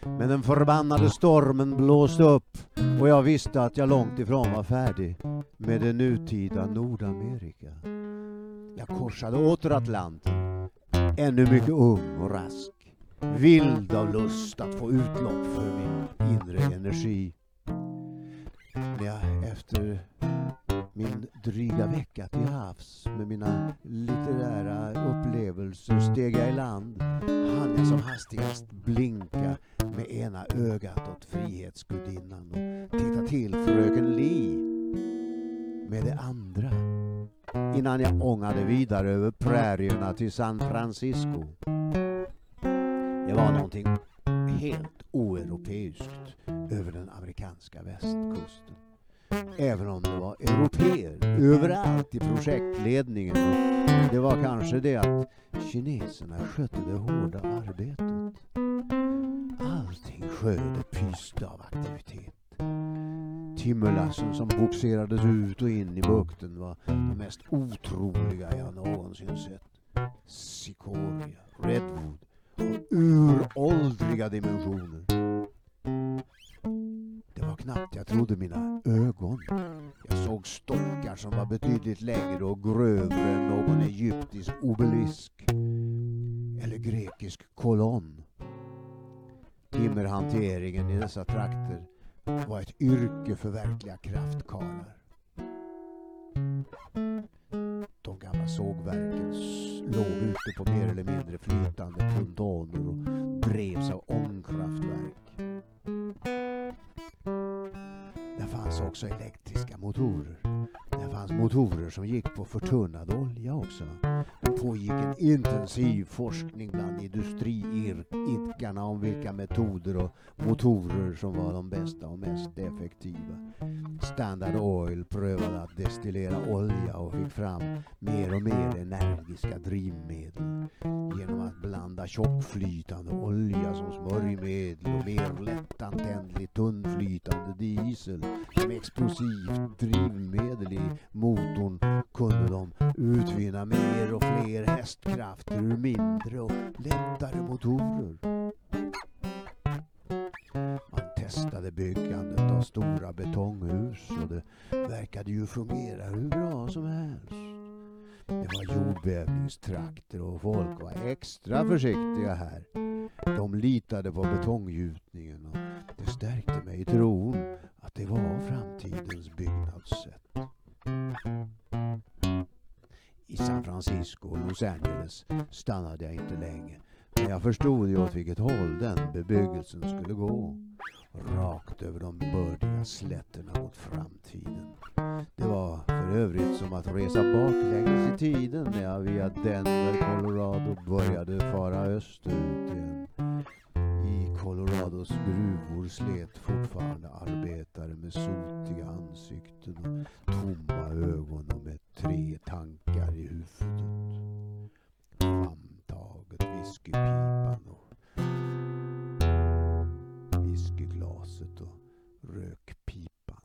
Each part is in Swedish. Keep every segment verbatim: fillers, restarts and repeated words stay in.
Men den förbannade stormen blåste upp och jag visste att jag långt ifrån var färdig med det nutida Nordamerika. Jag korsade åter Atlanten, ännu mycket ung och rask, vild av lust att få utlopp för min inre energi. När jag efter min dryga vecka till havs med mina litterära upplevelser steg jag i land, hann jag som hastigast blinka med ena ögat åt Frihetsgudinnan och titta till fröken Lee med det andra, innan jag ångade vidare över prärierna till San Francisco. Det var någonting helt oeuropeiskt över den amerikanska västkusten. Även om det var europeer överallt i projektledningen, och det var kanske det att kineserna skötte det hårda arbetet. Allting sköde pyste av aktivitet. Timmerlassen som boxerades ut och in i bukten var de mest otroliga jag någonsin sett. Sikoria, redwood och uråldriga dimensioner. Det var knappt jag trodde mina ögon. Jag såg stockar som var betydligt längre och grövre än någon egyptisk obelisk eller grekisk kolonn. Timmerhanteringen i dessa trakter var ett yrke för verkliga kraftkarlar. De gamla sågverken låg ute på mer eller mindre flytande pontoner och drevs av ångkraftverk. Det fanns också elektriska motorer. Det fanns motorer som gick på förtunnad olja också. Det pågick en intensiv forskning bland industriidkarna om vilka metoder och motorer som var de bästa och mest effektiva. Standard Oil prövade att destillera olja och fick fram mer och mer energiska drivmedel genom att blanda tjockflytande olja som smörjmedel och mer lättantändlig tunnflytande diesel som explosivt drivmedel i motorn. Kunde de utvinna mer och fler hästkrafter ur mindre och lättare motorer. Man testade byggandet av stora betonghus och det verkade ju fungera hur bra som helst. Det var jordbävningstrakter och folk var extra försiktiga här. De litade på betonggjutningen och det stärkte mig i tron att det var framtidens byggnadssätt. I San Francisco och Los Angeles stannade jag inte länge, men jag förstod ju åt vilket håll den bebyggelsen skulle gå. Rakt över de bördiga slätterna mot framtiden. Det var för övrigt som att resa baklänges i tiden när jag via Denver, Colorado började fara österut igen. I Colorados gruvor slet fortfarande arbetare med sotiga ansikten och tomma ögon och med tre tankar i huvudet. Famntaget, whiskypipan och whiskyglaset och rökpipan.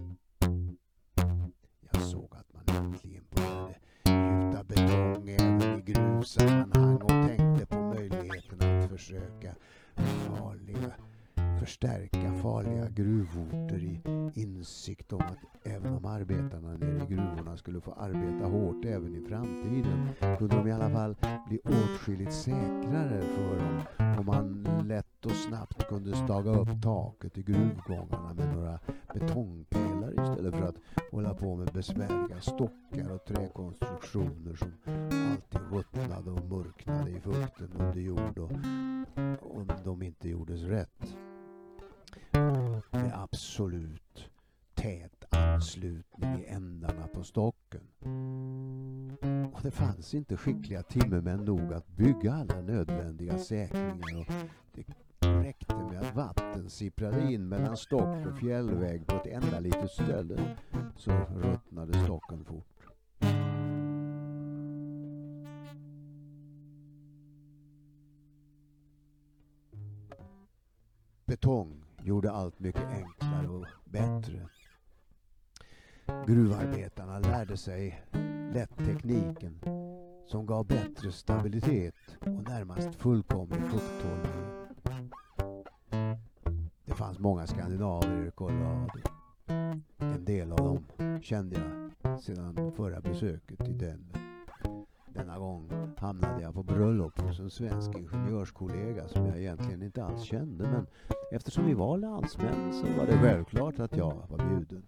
Jag såg att man äntligen började gjuta betong även i gruvsammanhang och tänkte på möjligheten att försöka farliga, förstärka farliga gruvorter i insikt om att även om arbetarna nere i gruvorna skulle få arbeta hårt även i framtiden kunde de i alla fall bli åtskilligt säkrare för dem om man lätt och snabbt kunde staga upp taket i gruvgångarna med några betongpelare istället för att hålla på med besvärliga stockar och träkonstruktioner som alltid ruttnade och mörknade i fukten under jord och om de inte gjordes rätt. Med absolut tät anslutning i ändarna på stocken. Och det fanns inte skickliga timmermän nog att bygga alla nödvändiga säkringar och det räckte med att vatten sipprade in mellan stock och fjällväg på ett enda litet ställe så ruttnade stocken fort. Betong gjorde allt mycket enklare och bättre. Gruvarbetarna lärde sig lätt tekniken som gav bättre stabilitet och närmast fullkomlig fukthållning. fanns många skandinaver i Colorado. En del av dem kände jag sedan förra besöket i Denver. Denna gång hamnade jag på bröllop hos en svensk ingenjörskollega som jag egentligen inte alls kände, men eftersom vi var landsmän så var det självklart att jag var bjuden.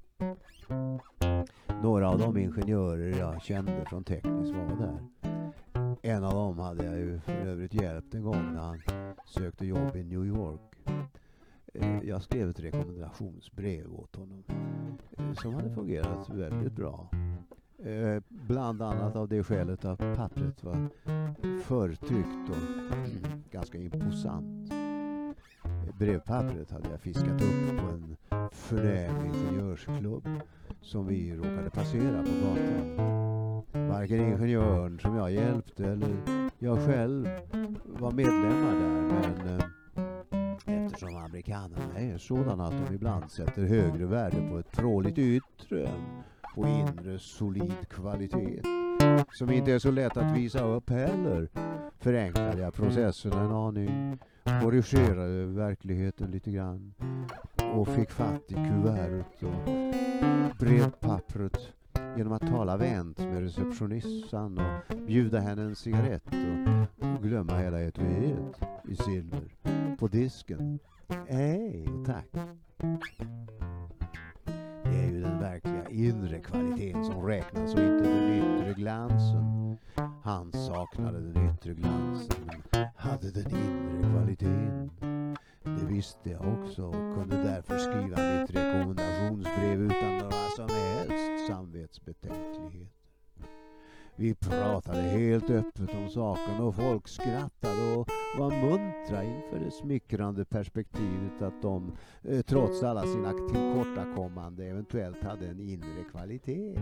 Några av de ingenjörer jag kände från tekniskt var där. En av dem hade jag ju för övrigt hjälpt en gång när han sökte jobb i New York. Jag skrev ett rekommendationsbrev åt honom som hade fungerat väldigt bra. Bland annat av det skälet att pappret var förtryckt och ganska imposant. Brevpappret hade jag fiskat upp på en förnäm ingenjörsklubb som vi råkade passera på gatan. Varken ingenjören som jag hjälpte eller jag själv var medlemmar där, men eftersom amerikanerna är sådana att de ibland sätter högre värde på ett pråligt yttre än på inre solid kvalitet, som inte är så lätt att visa upp heller, förenklade jag processen en aning, korrigerade verkligheten lite grann och fick fatt i kuvertet och brevpappret genom att tala vänt med receptionistan och bjuda henne en cigarett och glömma hela etuiet i silver på disken. Hej, tack. Det är ju den verkliga inre kvaliteten som räknas och inte den yttre glansen. Han saknade den yttre glansen men hade den inre kvaliteten. Det visste jag också och kunde därför skriva mitt rekommendationsbrev utan några som helst samvetsbetänkligheter. Vi pratade helt öppet om saken och folk skrattade och var muntra inför det smickrande perspektivet att de, eh, trots alla sina tillkortakommande, eventuellt hade en inre kvalitet.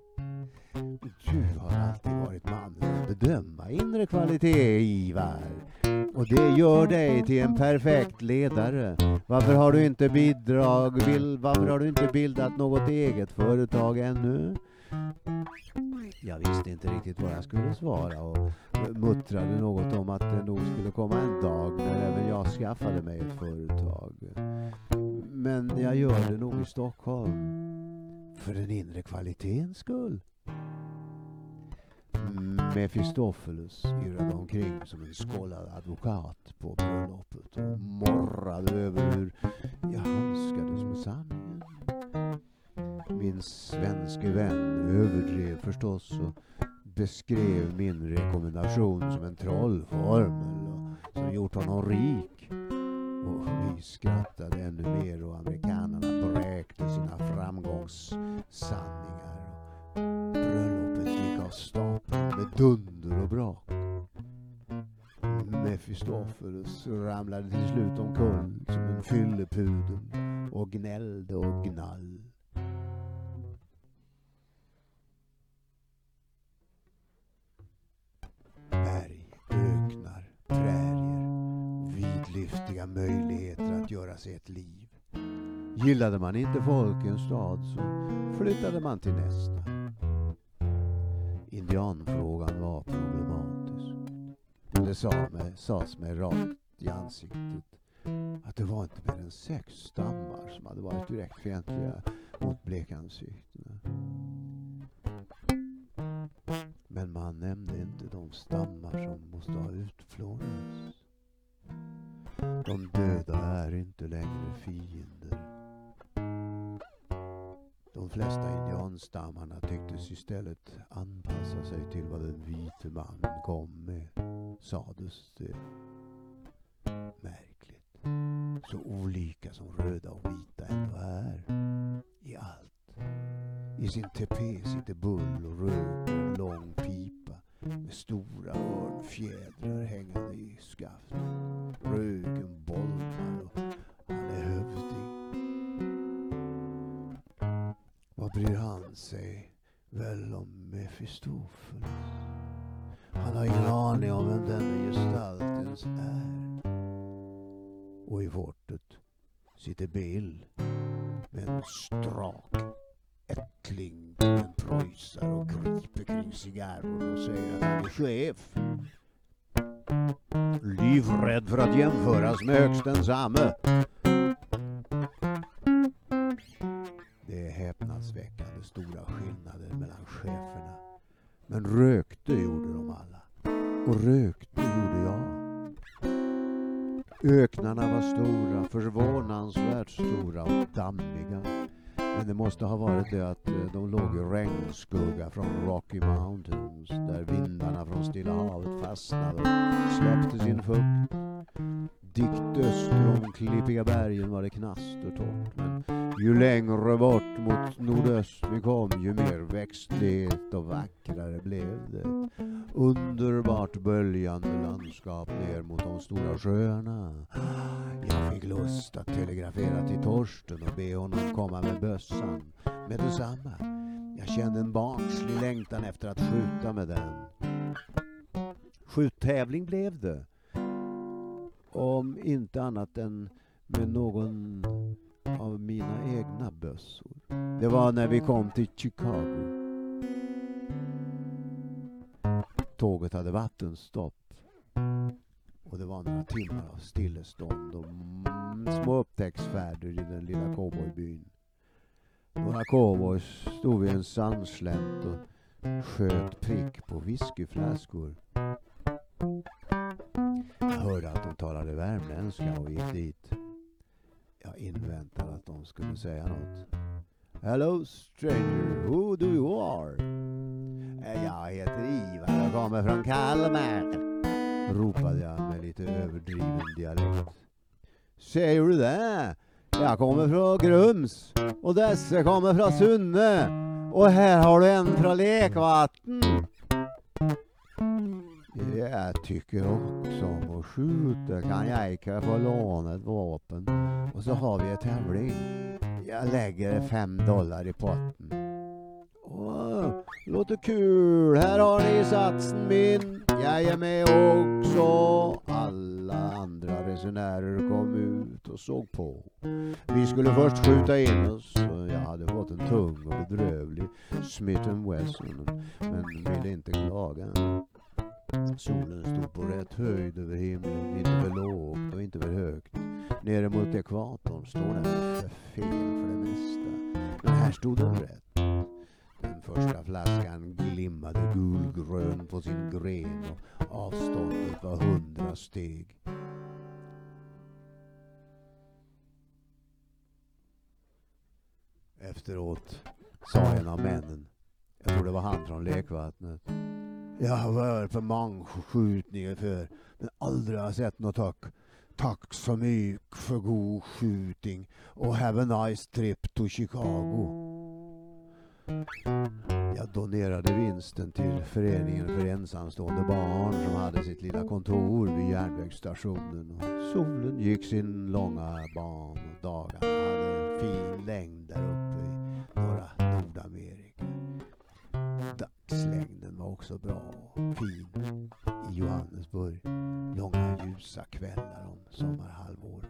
Du har alltid varit mannen att bedöma inre kvalitet, Ivar. Och det gör dig till en perfekt ledare. Varför har du inte bidrag, bild, varför har du inte bildat något eget företag ännu? Jag visste inte riktigt vad jag skulle svara och muttrade något om att det nog skulle komma en dag när även jag skaffade mig ett företag. Men jag gör det nog i Stockholm. För den inre kvalitetens skull. Mephistopheles yrade omkring som en skållad advokat på bröllopet och morrade över hur jag handskades med sanningen. Min svenske vän överdrev förstås och beskrev min rekommendation som en trollformel och som gjort honom rik. Och vi skrattade ännu mer och amerikanerna bräkte sina framgångssanningar. Bröllopet gick av stapeln med dunder och brak. Mephistopheles ramlade till slut omkull som en fyllepudel och gnällde och gnall. Berg, öknar, prärier, vidlyftiga möjligheter att göra sig ett liv. Gillade man inte folk i en stad så flyttade man till nästa. Indianfrågan var problematisk. Det sa mig, sades mig rakt i ansiktet att det var inte mer än sex stammar som hade varit direkt fientliga mot blekansiktena. Men man nämnde inte de stammar som måste ha utplånats. De döda är inte längre fiender. De flesta indianstammarna tycktes istället anpassa sig till vad den vite mannen kom med, sades det. Märkligt. Så olika som röda och vita ändå är. I allt. I sin tepé sitter bull och röker en lång pipa med stora örnfjädrar hängande i skaftet. Röken bolmar och han är hövding. Vad bryr han sig väl om Mephistopheles? Han har ingen aning om vem den gestaltens är. Och i fortet sitter Bill med en strak ättling, en pröjsar och griper kring cigarrer och säger att han är chef. Livrädd för att jämföras med högstensamme. rökte gjorde de alla. Och rökte gjorde jag. Öknarna var stora, förvånansvärt stora och dammiga. Men det måste ha varit det att de låg i regnskugga från Rocky Mountains, där vindarna från Stilla havet fastnade och släppte sin fukt. Dikt öster om klippiga bergen var det knastertorrt, men ju längre bort mot nordöst vi kom, ju mer växtlighet och vackrare blev det. Underbart böljande landskap ner mot de stora sjöarna. Jag fick lust att telegrafera till Torsten och be honom komma med bössan. Med detsamma. Jag kände en barnslig längtan efter att skjuta med den. Skjuttävling blev det. Om inte annat än med någon av mina egna bössor. Det var när vi kom till Chicago. Tåget hade vattenstopp. Och det var några timmar av stillestånd och mm, små upptäcktsfärder i den lilla cowboybyn. Några cowboys stod vid en sandslänt och sköt prick på whiskyflaskor. Jag hörde att de talade värmländska och gick dit. Jag inväntade att de skulle säga något. Hello stranger, who do you are? Jag heter Ivar, jag kommer från Kalmar, ropade jag med lite överdriven dialekt. Säger du det? Jag kommer från Grums och dessa kommer från Sunne och här har du en från Lekvatten. Jag tycker också om att skjuta. Kan jag inte få låna ett vapen? Och så har vi ett tävling. Jag lägger fem dollar i potten. Åh, låter kul. Här har ni satsen min. Jag är med också. Alla andra resenärer kom ut och såg på. Vi skulle först skjuta in oss. Jag hade fått en tung och bedrövlig Smith and Wesson, men ville inte klaga. Solen stod på rätt höjd över himlen, inte för lågt och inte för högt. Nere mot ekvatorn står den för fel för det mesta. Men här stod den rätt. Den första flaskan glimmade gulgrön på sin gren och avståndet var hundra steg. Efteråt sa en av männen, jag tror det var han från lekvattnet: jag har varit på många skjutningar för, men aldrig har sett något tack. Tack så mycket för god skjuting och have a nice trip to Chicago. Jag donerade vinsten till föreningen för ensamstående barn som hade sitt lilla kontor vid järnvägsstationen. Och solen gick sin långa ban och dagarna hade fin längd där uppe i norra Nordamerika. Dagslängden var också bra och fin i Johannesburg. Långa ljusa kvällar om sommarhalvåret.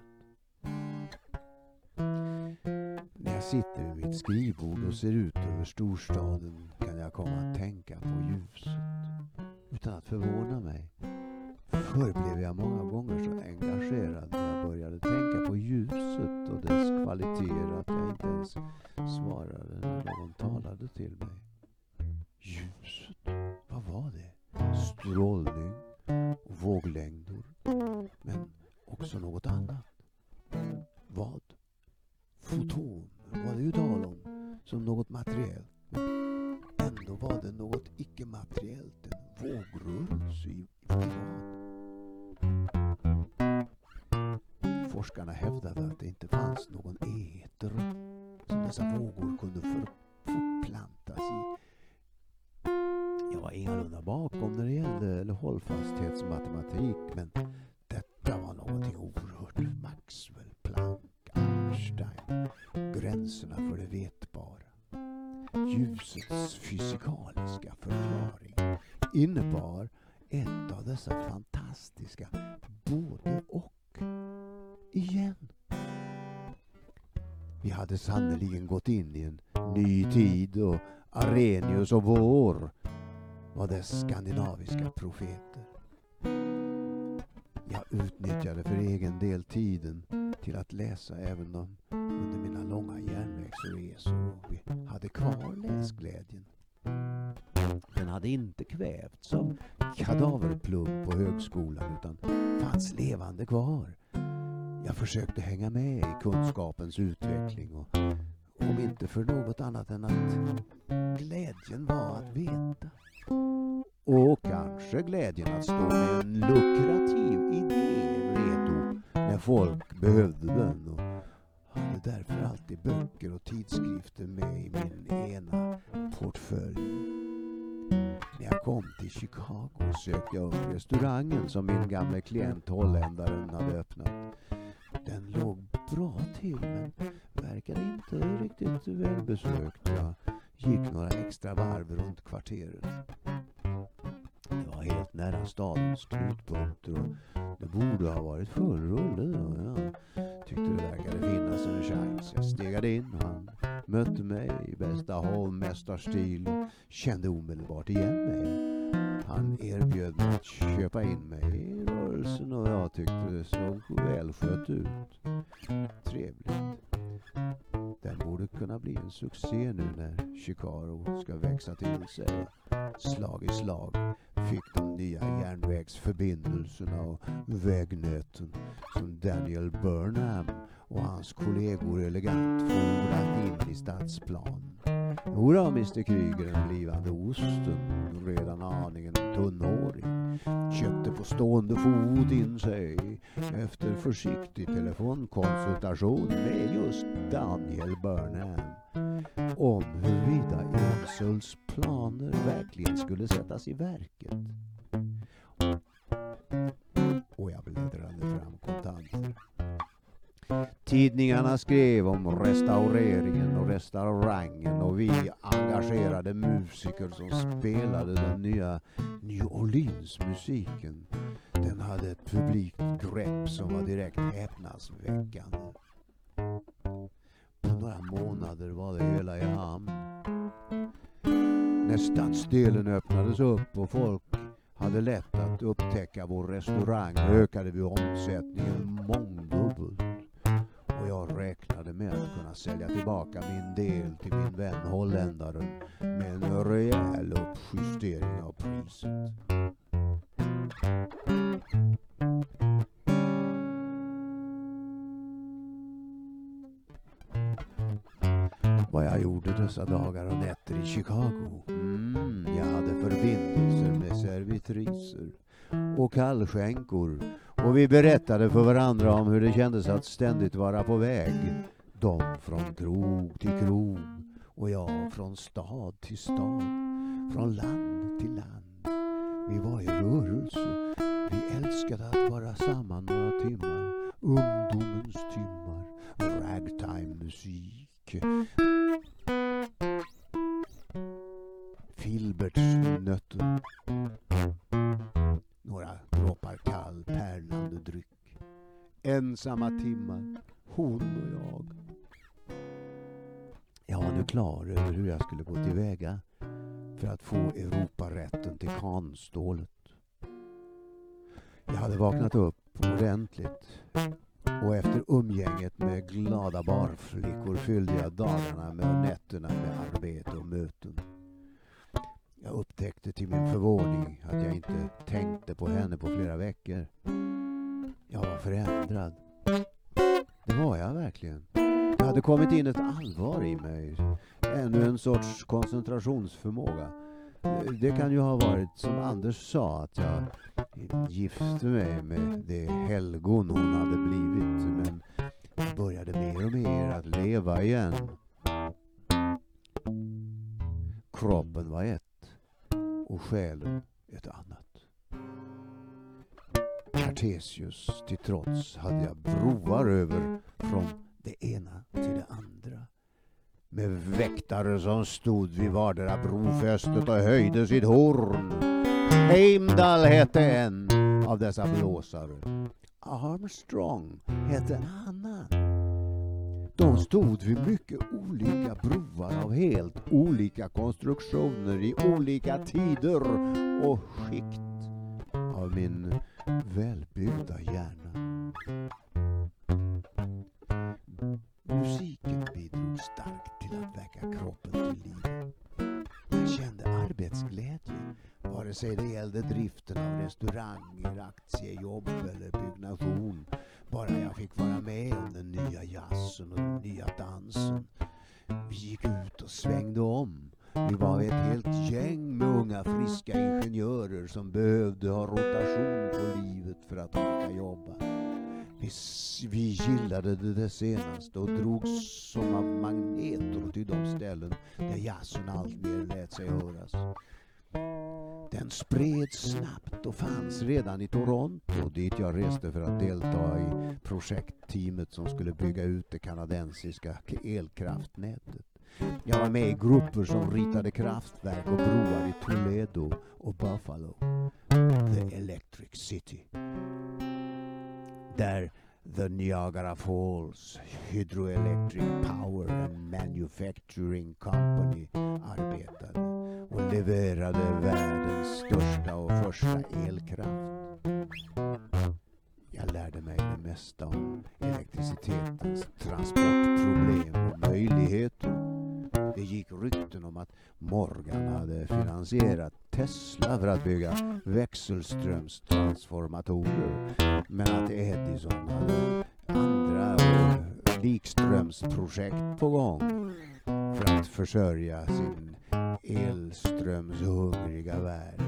När jag sitter vid mitt skrivbord och ser ut över storstaden kan jag komma att tänka på ljuset utan att förvåna mig. Förr blev jag många gånger så engagerad när jag började tänka på ljuset och dess kvaliteter att jag inte ens svarade när någon talade till mig. Ljuset, vad var det? Strålning och våglängder, men också något annat. Vad? Foton var det ju tal om som något materiellt, men ändå var det något icke-materiellt, en vågrörelse i vad? Forskarna hävdade att det inte fanns någon eter som dessa vågor kunde för, fortplantas i. Jag var ingalunda bakom när det gällde hållfasthetsmatematik, men detta var någonting oerhört. Maxwell, Planck, Einstein, gränserna för det vetbara. Ljusets fysikaliska förklaring innebar ett av dessa fantastiska både och igen. Vi hade sannoliken gått in i en ny tid och Arrhenius och Bohr var dess skandinaviska profeter. Jag utnyttjade för egen del tiden till att läsa även dem under mina långa järnvägsresor och vi hade kvar läsglädjen. Den hade inte kvävts av kadaverplugg på högskolan utan fanns levande kvar. Jag försökte hänga med i kunskapens utveckling och om inte för något annat än att glädjen var att veta. Och kanske glädjen att stå med en lukrativ idé redo när folk behövde den och hade därför alltid böcker och tidskrifter med i min ena portfölj. När jag kom till Chicago sökte jag upp restaurangen som min gamla klient holländaren hade öppnat. Den låg bra till men verkade inte riktigt välbesökt. Jag gick några extra varv runt kvarteret. Det var helt nära stadens knutpunkter och det borde ha varit full rulle. Jag tyckte det verkade finnas en chans. Jag stegade in och han mötte mig i bästa hovmästarstil och kände omedelbart igen mig. Han erbjöd mig att köpa in mig i rörelsen och jag tyckte det såg välskött ut. Trevligt. Den borde kunna bli en succé nu när Chicago ska växa till sig. Slag i slag fick de nya järnvägsförbindelserna och vägnäten som Daniel Burnham och hans kollegor elegant forat in i stadsplan. Jodå, mister Kryger, den blivande osten, redan aningen tunnhårig, köpte på stående fot in sig efter försiktig telefonkonsultation med just Daniel Burnham om huruvida Emsuls planer verkligen skulle sättas i verket. Och jag bläddrade fram kontanter. Tidningarna skrev om restaureringen och restaurangen och vi engagerade musiker som spelade den nya New Orleans-musiken. Den hade ett publikt grepp som var direkt häpnadsväckande. På några månader var det hela i hamn. När stadsdelen öppnades upp och folk hade lätt att upptäcka vår restaurang ökade vi omsättningen mångdubbelt. Och jag räknade med att kunna sälja tillbaka min del till min vän holländaren med en rejäl uppjustering av priset. Vad jag gjorde dessa dagar och nätter i Chicago. Mm, jag hade förbindelser med servitriser och kallskänkor. Och vi berättade för varandra om hur det kändes att ständigt vara på väg. De från krog till krog och jag från stad till stad. Från land till land. Vi var i rörelse. Vi älskade att vara samman några timmar. Ungdomens timmar. Ragtime-musik. Filbertsnötter. Några droppar kall pärlande dryck. Ensamma timmar. Hon och jag. Jag var nu klar över hur jag skulle gå tillväga för att få Europarätten till kanstålet. Jag hade vaknat upp ordentligt och efter umgänget med glada barflickor fyllde jag dagarna med nätterna med arbete och möten. Jag upptäckte till min förvåning att jag inte tänkte på henne på flera veckor. Jag var förändrad. Det var jag verkligen. Det hade kommit in ett allvar i mig. Ännu en sorts koncentrationsförmåga. Det kan ju ha varit som Anders sa att jag gifte mig med det helgon hon hade blivit. Men jag började mer och mer att leva igen. Kroppen var ett och själen ett annat. Cartesius till trots hade jag broar över från det ena till det andra. Med väktare som stod vid vardera brofästet och höjde sitt horn. Heimdall hette en av dessa blåsare. Armstrong hette en annan. De stod vid mycket olika broar av helt olika konstruktioner i olika tider och skikt av min välbyggda hjärna. Musiken bidrog starkt till att väcka kroppen till liv. Jag kände arbets sig det gällde driften av restauranger, aktiejobb eller byggnation. Bara jag fick vara med om den nya jazzen och den nya dansen. Vi gick ut och svängde om. Vi var ett helt gäng med unga friska ingenjörer som behövde ha rotation på livet för att orka jobba. Vi, vi gillade det, det senaste och drogs som av magneter till de ställen där jazzen allt mer lät sig höras. Den spreds snabbt och fanns redan i Toronto, dit jag reste för att delta i projektteamet som skulle bygga ut det kanadensiska elkraftnätet. Jag var med i grupper som ritade kraftverk och broar i Toledo och Buffalo. The Electric City. Där The Niagara Falls Hydroelectric Power and Manufacturing Company arbetade och leverade världens största och första elkraft. Jag lärde mig det mesta om elektricitetens transportproblem och möjligheter. Det gick rykten om att Morgan hade finansierat Tesla för att bygga växelströmstransformatorer, men att Edison hade andra och likströmsprojekt på gång för att försörja sin elströmshungriga värld.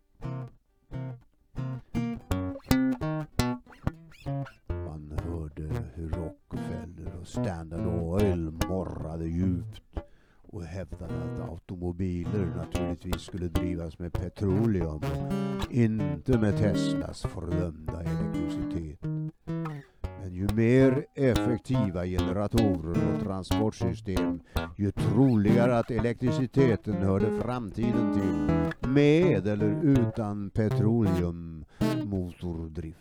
Man hörde hur Rockefeller och Standard Oil morrade djupt och hävdade att automobiler naturligtvis skulle drivas med petroleum, inte med Teslas fördömda elektricitet. Men ju mer effektiva generatorer och transportsystem, ju troligare att elektriciteten hörde framtiden till, med eller utan petroleummotordrift.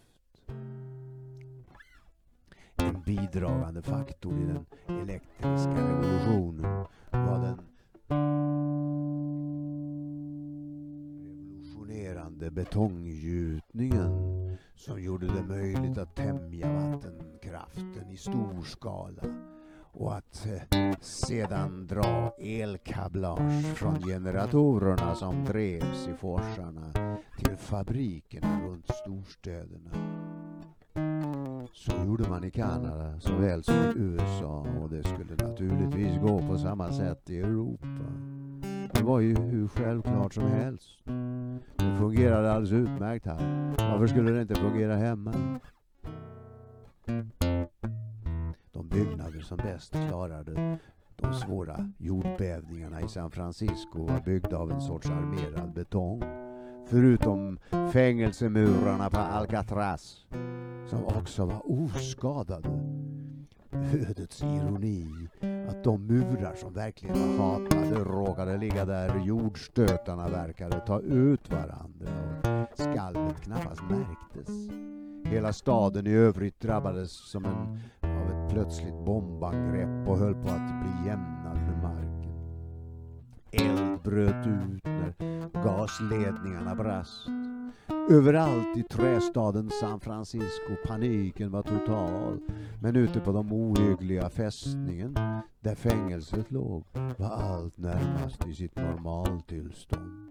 En bidragande faktor i den elektriska revolutionen var den revolutionerande betonggjutningen som gjorde det möjligt att tämja vattenkraften i stor skala och att eh, sedan dra elkablage från generatorerna som drevs i forsarna till fabrikerna runt storstäderna. Så gjorde man i Kanada såväl som i U S A, och det skulle naturligtvis gå på samma sätt i Europa. Det var ju hur självklart som helst. Det fungerade alldeles utmärkt här. Varför skulle det inte fungera hemma? De byggnader som bäst klarade de svåra jordbävningarna i San Francisco var byggda av en sorts armerad betong. Förutom fängelsemurarna på Alcatraz, som också var oskadade. Ödets ironi att de murar som verkligen var hatade råkade ligga där jordstötarna verkade ta ut varandra och skalvet knappast märktes. Hela staden i övrigt drabbades som en, av ett plötsligt bombangrepp och höll på att bli jämnad med marken. Eld bröt ut när gasledningarna brast. Överallt i trästaden San Francisco paniken var total, men ute på de ohyggliga fästningen där fängelset låg var allt närmast i sitt normaltillstånd.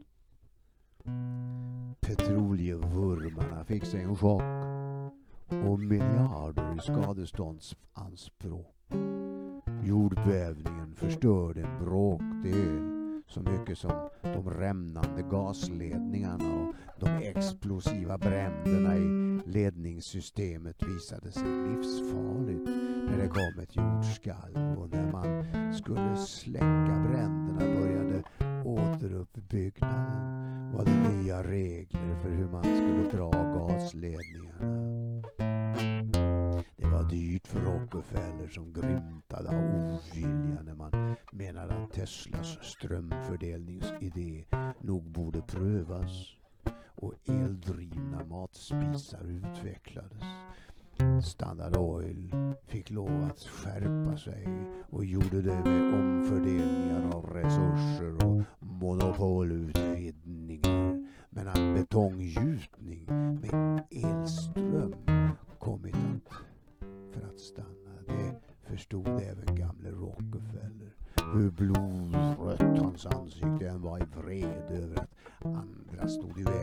Petroleumvurmarna fick sig en chock och miljarder i skadeståndsanspråk. Jordbävningen förstörde en bråkdel så mycket som de rämnande gasledningarna, och de explosiva bränderna i ledningssystemet visade sig livsfarligt när det kom ett jordskalv, och när man skulle släcka bränderna började återuppbyggnaden var det nya regler för hur man skulle dra gasledningarna. Det var dyrt för Rockefeller som grymtade av ovilja när man menade att Teslas strömfördelningsidé nog borde prövas, och eldrivna matspisar utvecklades. Standard Oil fick lov att skärpa sig och gjorde det med omfördelningar av resurser och monopolutvidgningar, men att betonggjutning med elström kommit att för att stanna. Det förstod även gamle Rockefeller. Hur blodrött hans ansikte än var i vred över att andra stod i vägen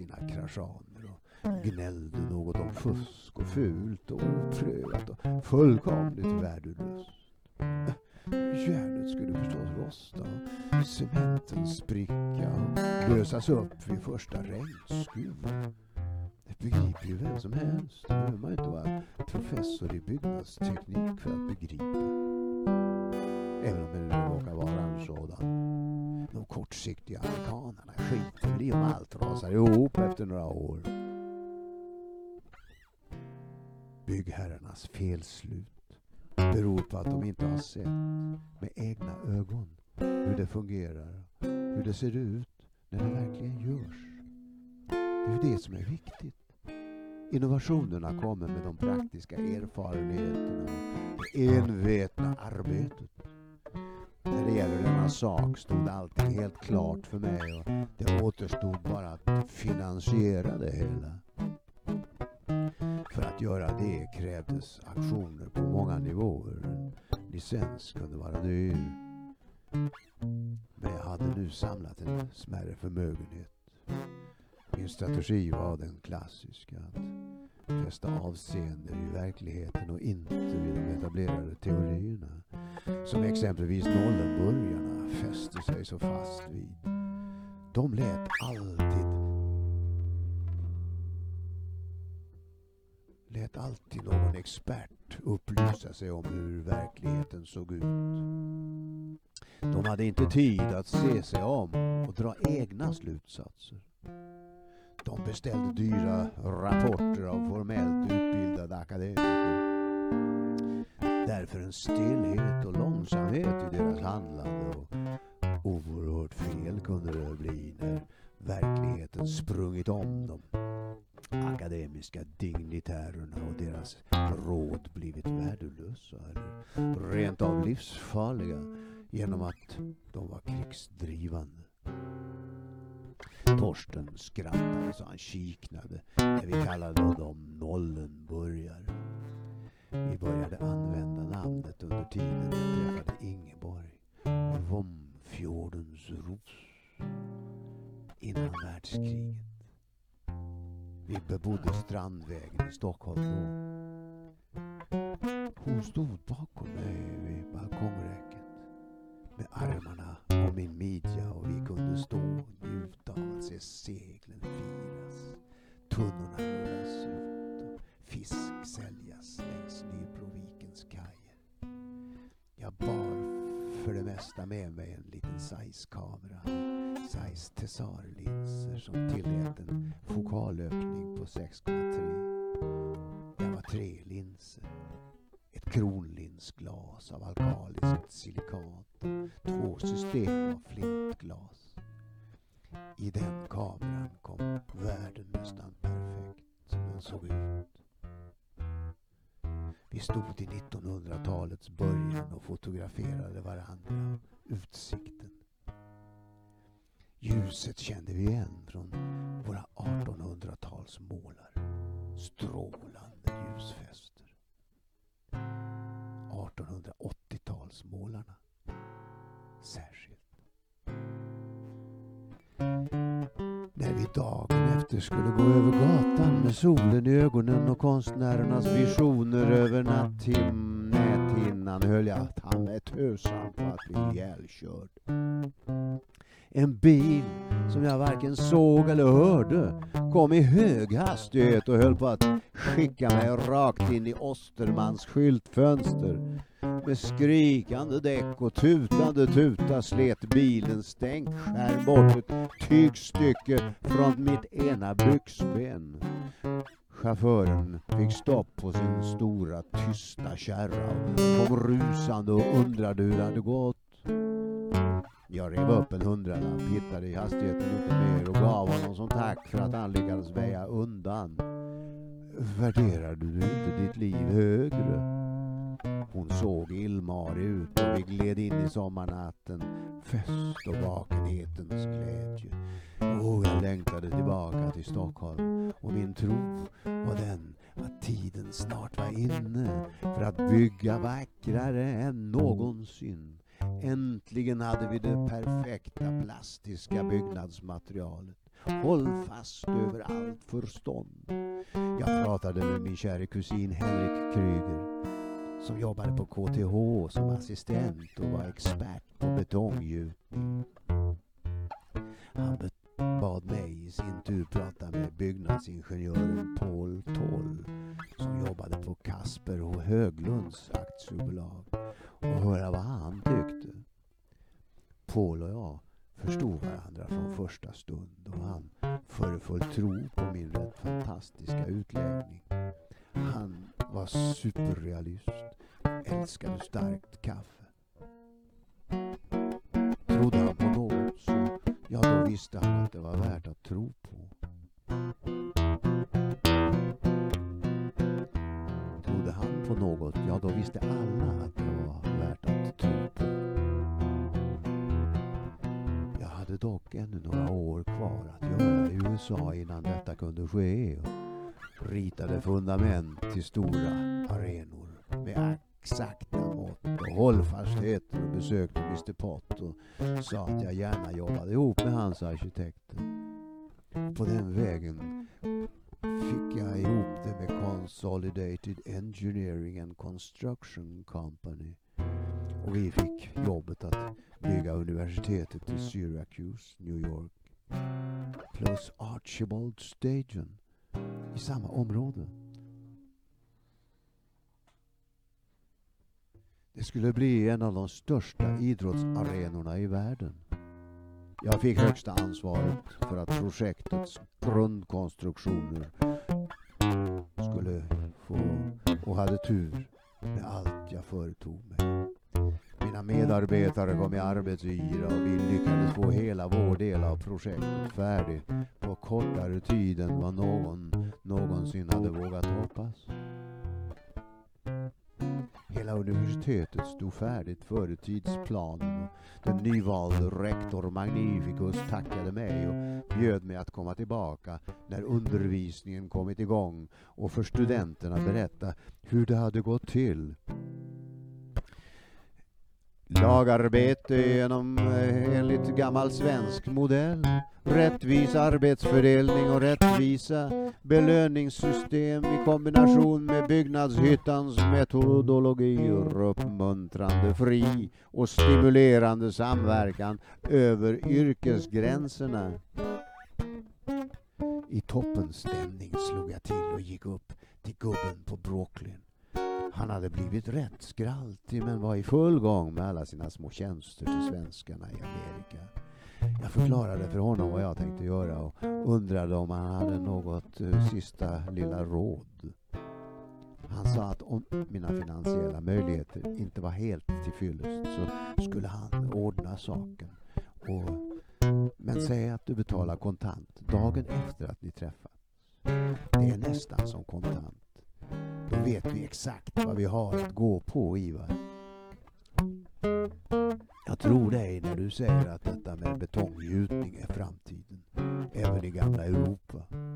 sina kraschaner och gnällde något om fusk och fult och oprövat och fullkomligt värdelöst. Järnet skulle förstås rosta och cementen spricka och lösas upp vid första regnskur. Det begriper ju vem som helst. Det behöver man inte vara professor i byggnadsteknik för att begripa. Även om det nu råkar vara en sådan. De kortsiktiga amerikanerna skiter väl i om allt rasar ihop efter några år. Byggherrarnas felslut beror på att de inte har sett med egna ögon hur det fungerar, hur det ser ut när det verkligen görs. Det är det som är viktigt. Innovationerna kommer med de praktiska erfarenheterna och det envetna arbetet. När det gäller denna sak stod allt helt klart för mig och det återstod bara att finansiera det hela. För att göra det krävdes aktioner på många nivåer. En licens kunde vara dyr. Men jag hade nu samlat en smärre förmögenhet. Min strategi var den klassiska, att fästa avseende vid verkligheten och inte vid de etablerade teorierna. Som exempelvis nollenburgarna fäste sig så fast vid. De lät alltid lät alltid någon expert upplysa sig om hur verkligheten såg ut. De hade inte tid att se sig om och dra egna slutsatser. De beställde dyra rapporter av formellt utbildade akademiker. Därför en stillhet och långsamhet i deras handlande och oerhört fel kunde det bli när verkligheten sprungit om dem. Akademiska dignitärerna och deras råd blivit värdelösa eller rent av livsfarliga genom att de var krigsdrivande. Torsten skrattade så han kiknade när vi kallade dem nollenburgare. Vi började använda namnet under tiden jag träffade Ingeborg och Vomfjordens ros innan världskriget. Vi bebodde Strandvägen i Stockholm då. Hon stod bakom mig vid balkongräcket med armarna om min midja och vi kunde stå och njuta av att se seglen firas, tunnorna rullas ut och fisk säljas längs Nybrovikens kajer. Jag bar för det mesta med mig en liten Zeiss-kamera, Zeiss Tessar-linser som tillät en fokalöppning på sex komma tre. Det var tre linser. Ett kronlinsglas av alkaliskt silikat, två system av flintglas. I den kameran kom världen nästan perfekt som den såg ut. Vi stod i nittonhundratalets början och fotograferade varandra, utsikten. Ljuset kände vi igen från våra artonhundratals målar. Strålande ljusfäster. artonhundraåttiotalsmålarna särskilt. När vi dagen efter skulle gå över gatan med solen i ögonen och konstnärernas visioner över nattim, näthinnan höll jag han med tösan på att bli ihjälkörd. En bil som jag varken såg eller hörde kom i hög hastighet och höll på att skicka mig rakt in i Ostermans skyltfönster. Med skrikande däck och tutande tuta slet bilen stänkskärm bort ett tygstycke från mitt ena byxben. Chauffören fick stopp på sin stora tysta kärra och kom rusande och undrade hur det hade gått. Jag rev upp en hundralapp, hittade i hastigheten lite mer och gav honom som tack för att han lyckades väja undan. Värderar du inte ditt liv högre? Hon såg illmarig ut och vi gled in i sommarnatten, fest och vakenhetens glädje. Och jag längtade tillbaka till Stockholm och min tro var den att tiden snart var inne för att bygga vackrare än någonsin. Äntligen hade vi det perfekta plastiska byggnadsmaterialet. Håll fast över allt förstånd. Jag pratade med min kära kusin Henrik Kryger som jobbade på K T H som assistent och var expert på betonggjutning. Han bad mig i sin tur prata med byggnadsingenjören Paul Toll som jobbade på Kasper och Höglunds aktiebolag och höra vad han tyckte. Paul och jag förstod varandra från första stund och han föreföll tro på min rätt fantastiska utläggning. Han var superrealist, älskade starkt kaffe. Trodde han på något så ja, då visste han att det var värt att tro på. Trodde han på något, ja då visste alla att det var värt att tro på. Jag hade dock ännu några år kvar att göra i U S A innan detta kunde ske och ritade fundament till stora arenor med exakta mått och hållfastheter och besökte mister Pott och sa att jag gärna jobbade ihop med hans arkitekter. På den vägen fick jag ihop det med Consolidated Engineering and Construction Company och vi fick jobbet att bygga universitetet i Syracuse, New York plus Archibald Stadion i samma område. Det skulle bli en av de största idrottsarenorna i världen. Jag fick högsta ansvaret för att projektets grundkonstruktioner skulle få och hade tur med allt jag företog mig. Mina medarbetare kom i arbetsyra och vi lyckades få hela vår del av projektet färdigt på kortare tid än vad någon någonsin hade vågat hoppas. Hela universitetet stod färdigt före tidsplanen och den nyvalde rektor Magnificus tackade mig och bjöd mig att komma tillbaka när undervisningen kommit igång och för studenterna berätta hur det hade gått till. Lagarbete genom enligt gammal svensk modell, rättvis arbetsfördelning och rättvisa belöningssystem i kombination med byggnadshyttans metodologier, uppmuntrande fri och stimulerande samverkan över yrkesgränserna. I toppens stämning slog jag till och gick upp till gubben på Brooklyn. Han hade blivit rätt skraltig men var i full gång med alla sina små tjänster till svenskarna i Amerika. Jag förklarade för honom vad jag tänkte göra och undrade om han hade något uh, sista lilla råd. Han sa att om mina finansiella möjligheter inte var helt till fyllest så skulle han ordna saken. Och, men säg att du betalar kontant dagen efter att ni träffas. Det är nästan som kontant. Då vet vi exakt vad vi har att gå på, Ivar. Jag tror dig när du säger att detta med betonggjutning är framtiden, även i gamla Europa.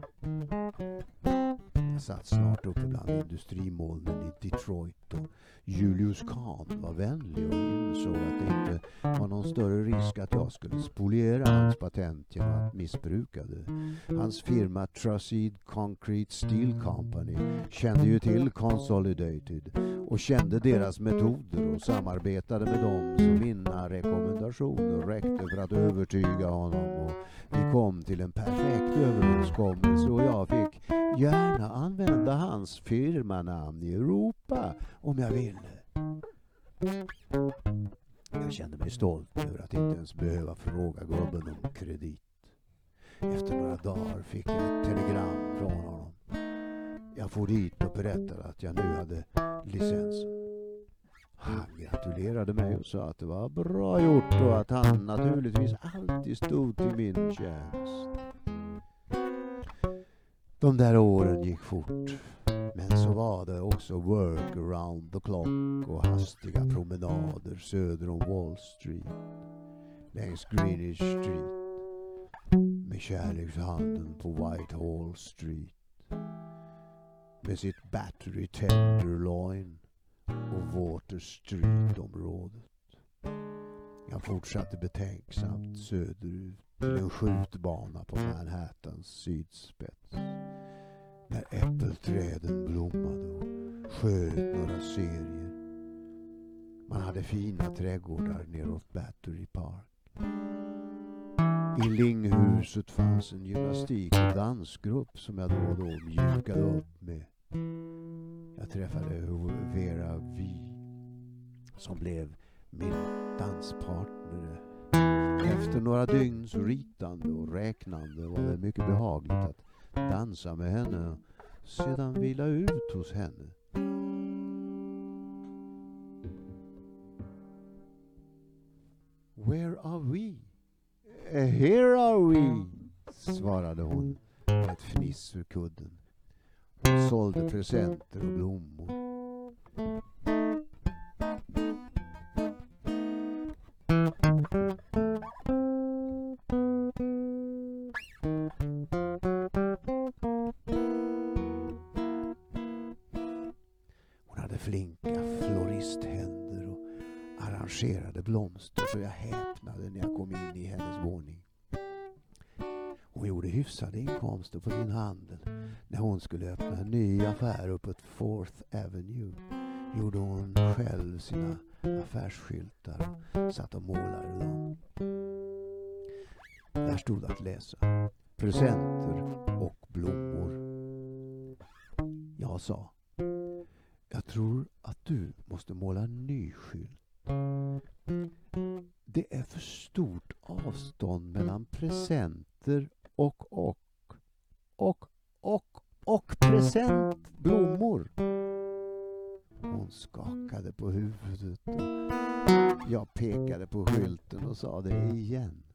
Jag satt snart uppe bland industrimolnen i Detroit och Julius Kahn var vänlig och insåg att det inte var någon större risk att jag skulle spoliera hans patent genom att missbruka det. Hans firma Trussed Concrete Steel Company kände ju till Consolidated och kände deras metoder och samarbetade med dem, så mina rekommendationer räckte för att övertyga honom och vi kom till en perfekt överenskommelse och jag fick gärna använda hans firmanamn i Europa om jag ville. Jag kände mig stolt över att inte ens behöva fråga gubben om kredit. Efter några dagar fick jag ett telegram från honom. Jag for dit och berättade att jag nu hade licensen. Han gratulerade mig och sa att det var bra gjort och att han naturligtvis alltid stod till min tjänst. De där åren gick fort, men så var det också work around the clock och hastiga promenader söder om Wall Street, längs Greenwich Street, med kärlekshanden på Whitehall Street, med sitt Battery Tenderloin och Water Street-området. Jag fortsatte betänksamt söderut till en skjutbana på Manhattans sydspets. När äppelträden blommade och sköt några serier. Man hade fina trädgårdar neråt Battery Park. I Linghuset fanns en gymnastik- och dansgrupp som jag då och då mjukade upp med. Jag träffade Vera V som blev min danspartner. Efter några dygns ritande och räknande var det mycket behagligt att dansa med henne och sedan vila ut hos henne. Where are we? Here are we, svarade hon med ett fniss ur kudden. Hon sålde presenter och blommor. Hon hade flinka floristhänder och arrangerade blomster så jag häpnade när jag kom in i hennes våning. Hon gjorde hyfsade inkomster på sin handel. När hon skulle öppna en ny affär uppåt Fourth Avenue gjorde hon själv sina affärsskyltar och satt och målade dem. Där stod att läsa: presenter och blommor. Jag sa: jag tror att du måste måla en ny skylt. Det är för stort avstånd mellan presenter och och och och och presentblommor. Hon skakade på huvudet och jag pekade på skylten och sa det igen.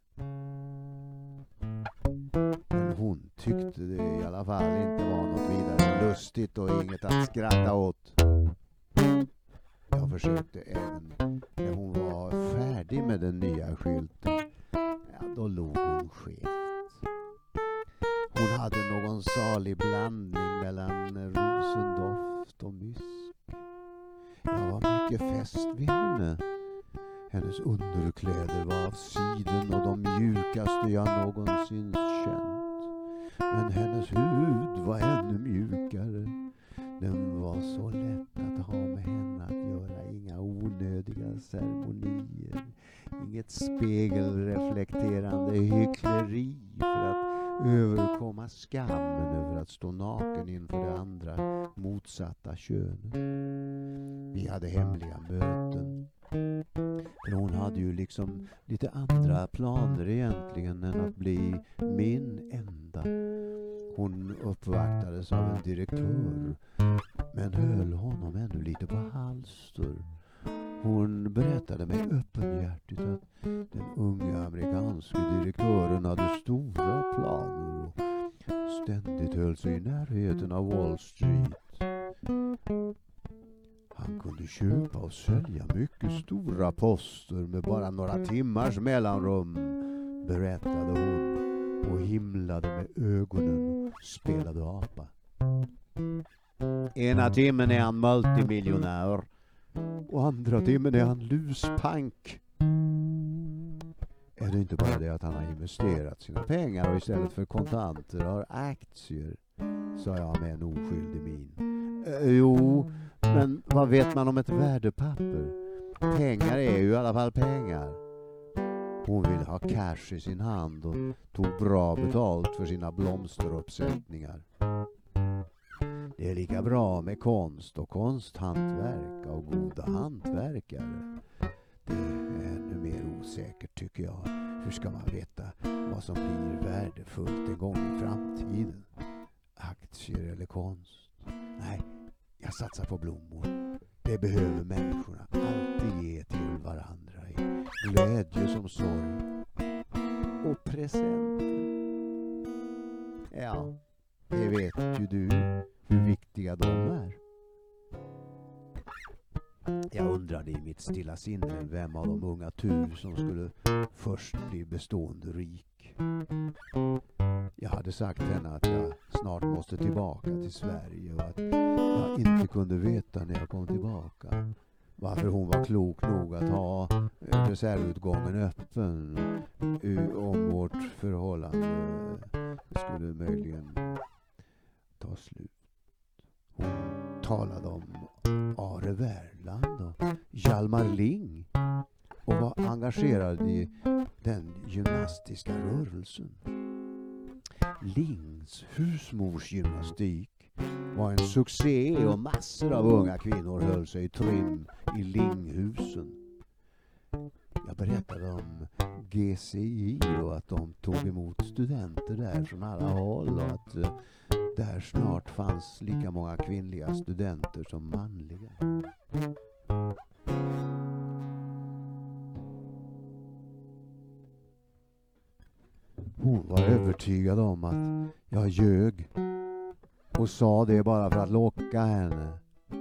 Men hon tyckte det i alla fall inte var något vidare lustigt och inget att skratta åt. Jag försökte även när hon var färdig med den nya skylten. Ja, då log hon skevt. Hon hade någon salig blandning mellan rosendoft och mysk. Jag var mycket fäst vid henne. Hennes underkläder var av siden och de mjukaste jag någonsin känt. Men hennes hud var ännu mjukare. Den var så lätt att ha med henne att göra. Inga onödiga ceremonier. Inget spegelreflekterande hyckleri för att överkomma skammen över att stå naken inför det andra motsatta könet. Vi hade hemliga möten. För hon hade ju liksom lite andra planer egentligen än att bli min enda. Hon uppvaktades av en direktör men höll honom ännu lite på halster. Hon berättade mig öppenhjärtigt att den unga amerikanska direktören hade stora planer och ständigt höll sig i närheten av Wall Street. Han kunde köpa och sälja mycket stora poster med bara några timmars mellanrum, berättade hon och himlade med ögonen och spelade apa. Ena timmen är han multimiljonär och andra timmen är han luspank. Är det inte bara det att han har investerat sina pengar och istället för kontanter har aktier, sa jag med en oskyldig min. Eh, jo, men vad vet man om ett värdepapper? Pengar är ju i alla fall pengar. Hon ville ha cash i sin hand och tog bra betalt för sina blomsteruppsättningar. Det är lika bra med konst och konsthantverk och goda hantverkare. Det är ännu mer osäkert tycker jag. Hur ska man veta vad som blir värdefullt en gång i framtiden? Aktier eller konst? Nej, jag satsar på blommor. Det behöver människorna alltid ge till varandra i glädje som sorg. Och presenter. Ja, det vet ju du hur viktiga de är. Jag undrade i mitt stilla sinne vem av de unga tur som skulle först bli bestående rik. Jag hade sagt henne att jag snart måste tillbaka till Sverige och att jag inte kunde veta när jag kom tillbaka. varför hon var klok nog att ha reservutgången öppen om vårt förhållande skulle möjligen ta slut. Hon talade om Are Värland och Hjalmar Ling och var engagerad i den gymnastiska rörelsen. Lings husmorsgymnastik var en succé och massor av unga kvinnor höll sig i trim i Linghusen. Jag berättade om G C I och att de tog emot studenter där från alla håll och att uh, där snart fanns lika många kvinnliga studenter som manliga. Hon var övertygad om att jag ljög och sa det bara för att locka henne.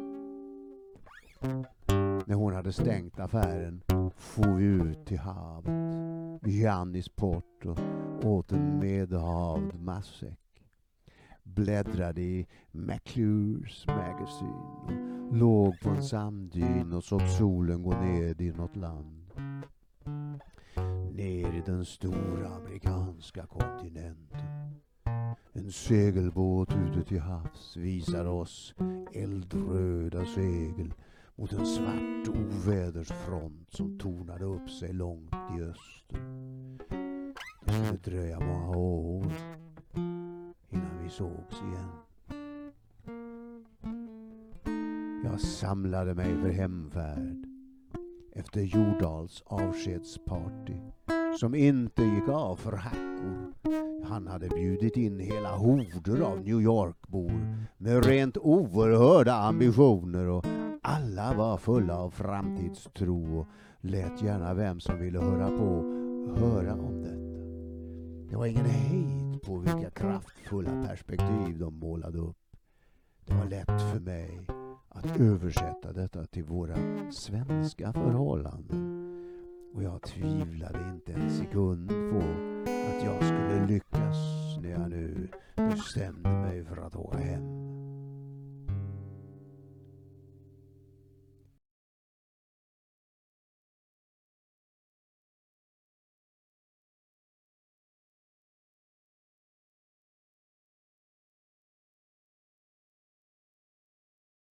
När hon hade stängt affären for vi ut till havet vid Giannis port och åt en medhavd matsäck. Bläddrade i McClure's Magazine och låg på en sanddyn och såg solen gå ned i något land. Ner i den stora amerikanska kontinenten. En segelbåt ute till havs visar oss eldröda segel mot en svart ovädersfront som tornade upp sig långt i öster. Det skulle dröja många år innan vi sågs igen. Jag samlade mig för hemfärd efter Jordals avskedsparty som inte gick av för hackor. Han hade bjudit in hela horder av New York-bor med rent oerhörda ambitioner och alla var fulla av framtidstro och lät gärna vem som ville höra på höra om detta. Det var ingen hejd på vilka kraftfulla perspektiv de målade upp. Det var lätt för mig att översätta detta till våra svenska förhållanden. Och jag tvivlade inte en sekund på att jag skulle lyckas när jag nu bestämde mig för att åka hem.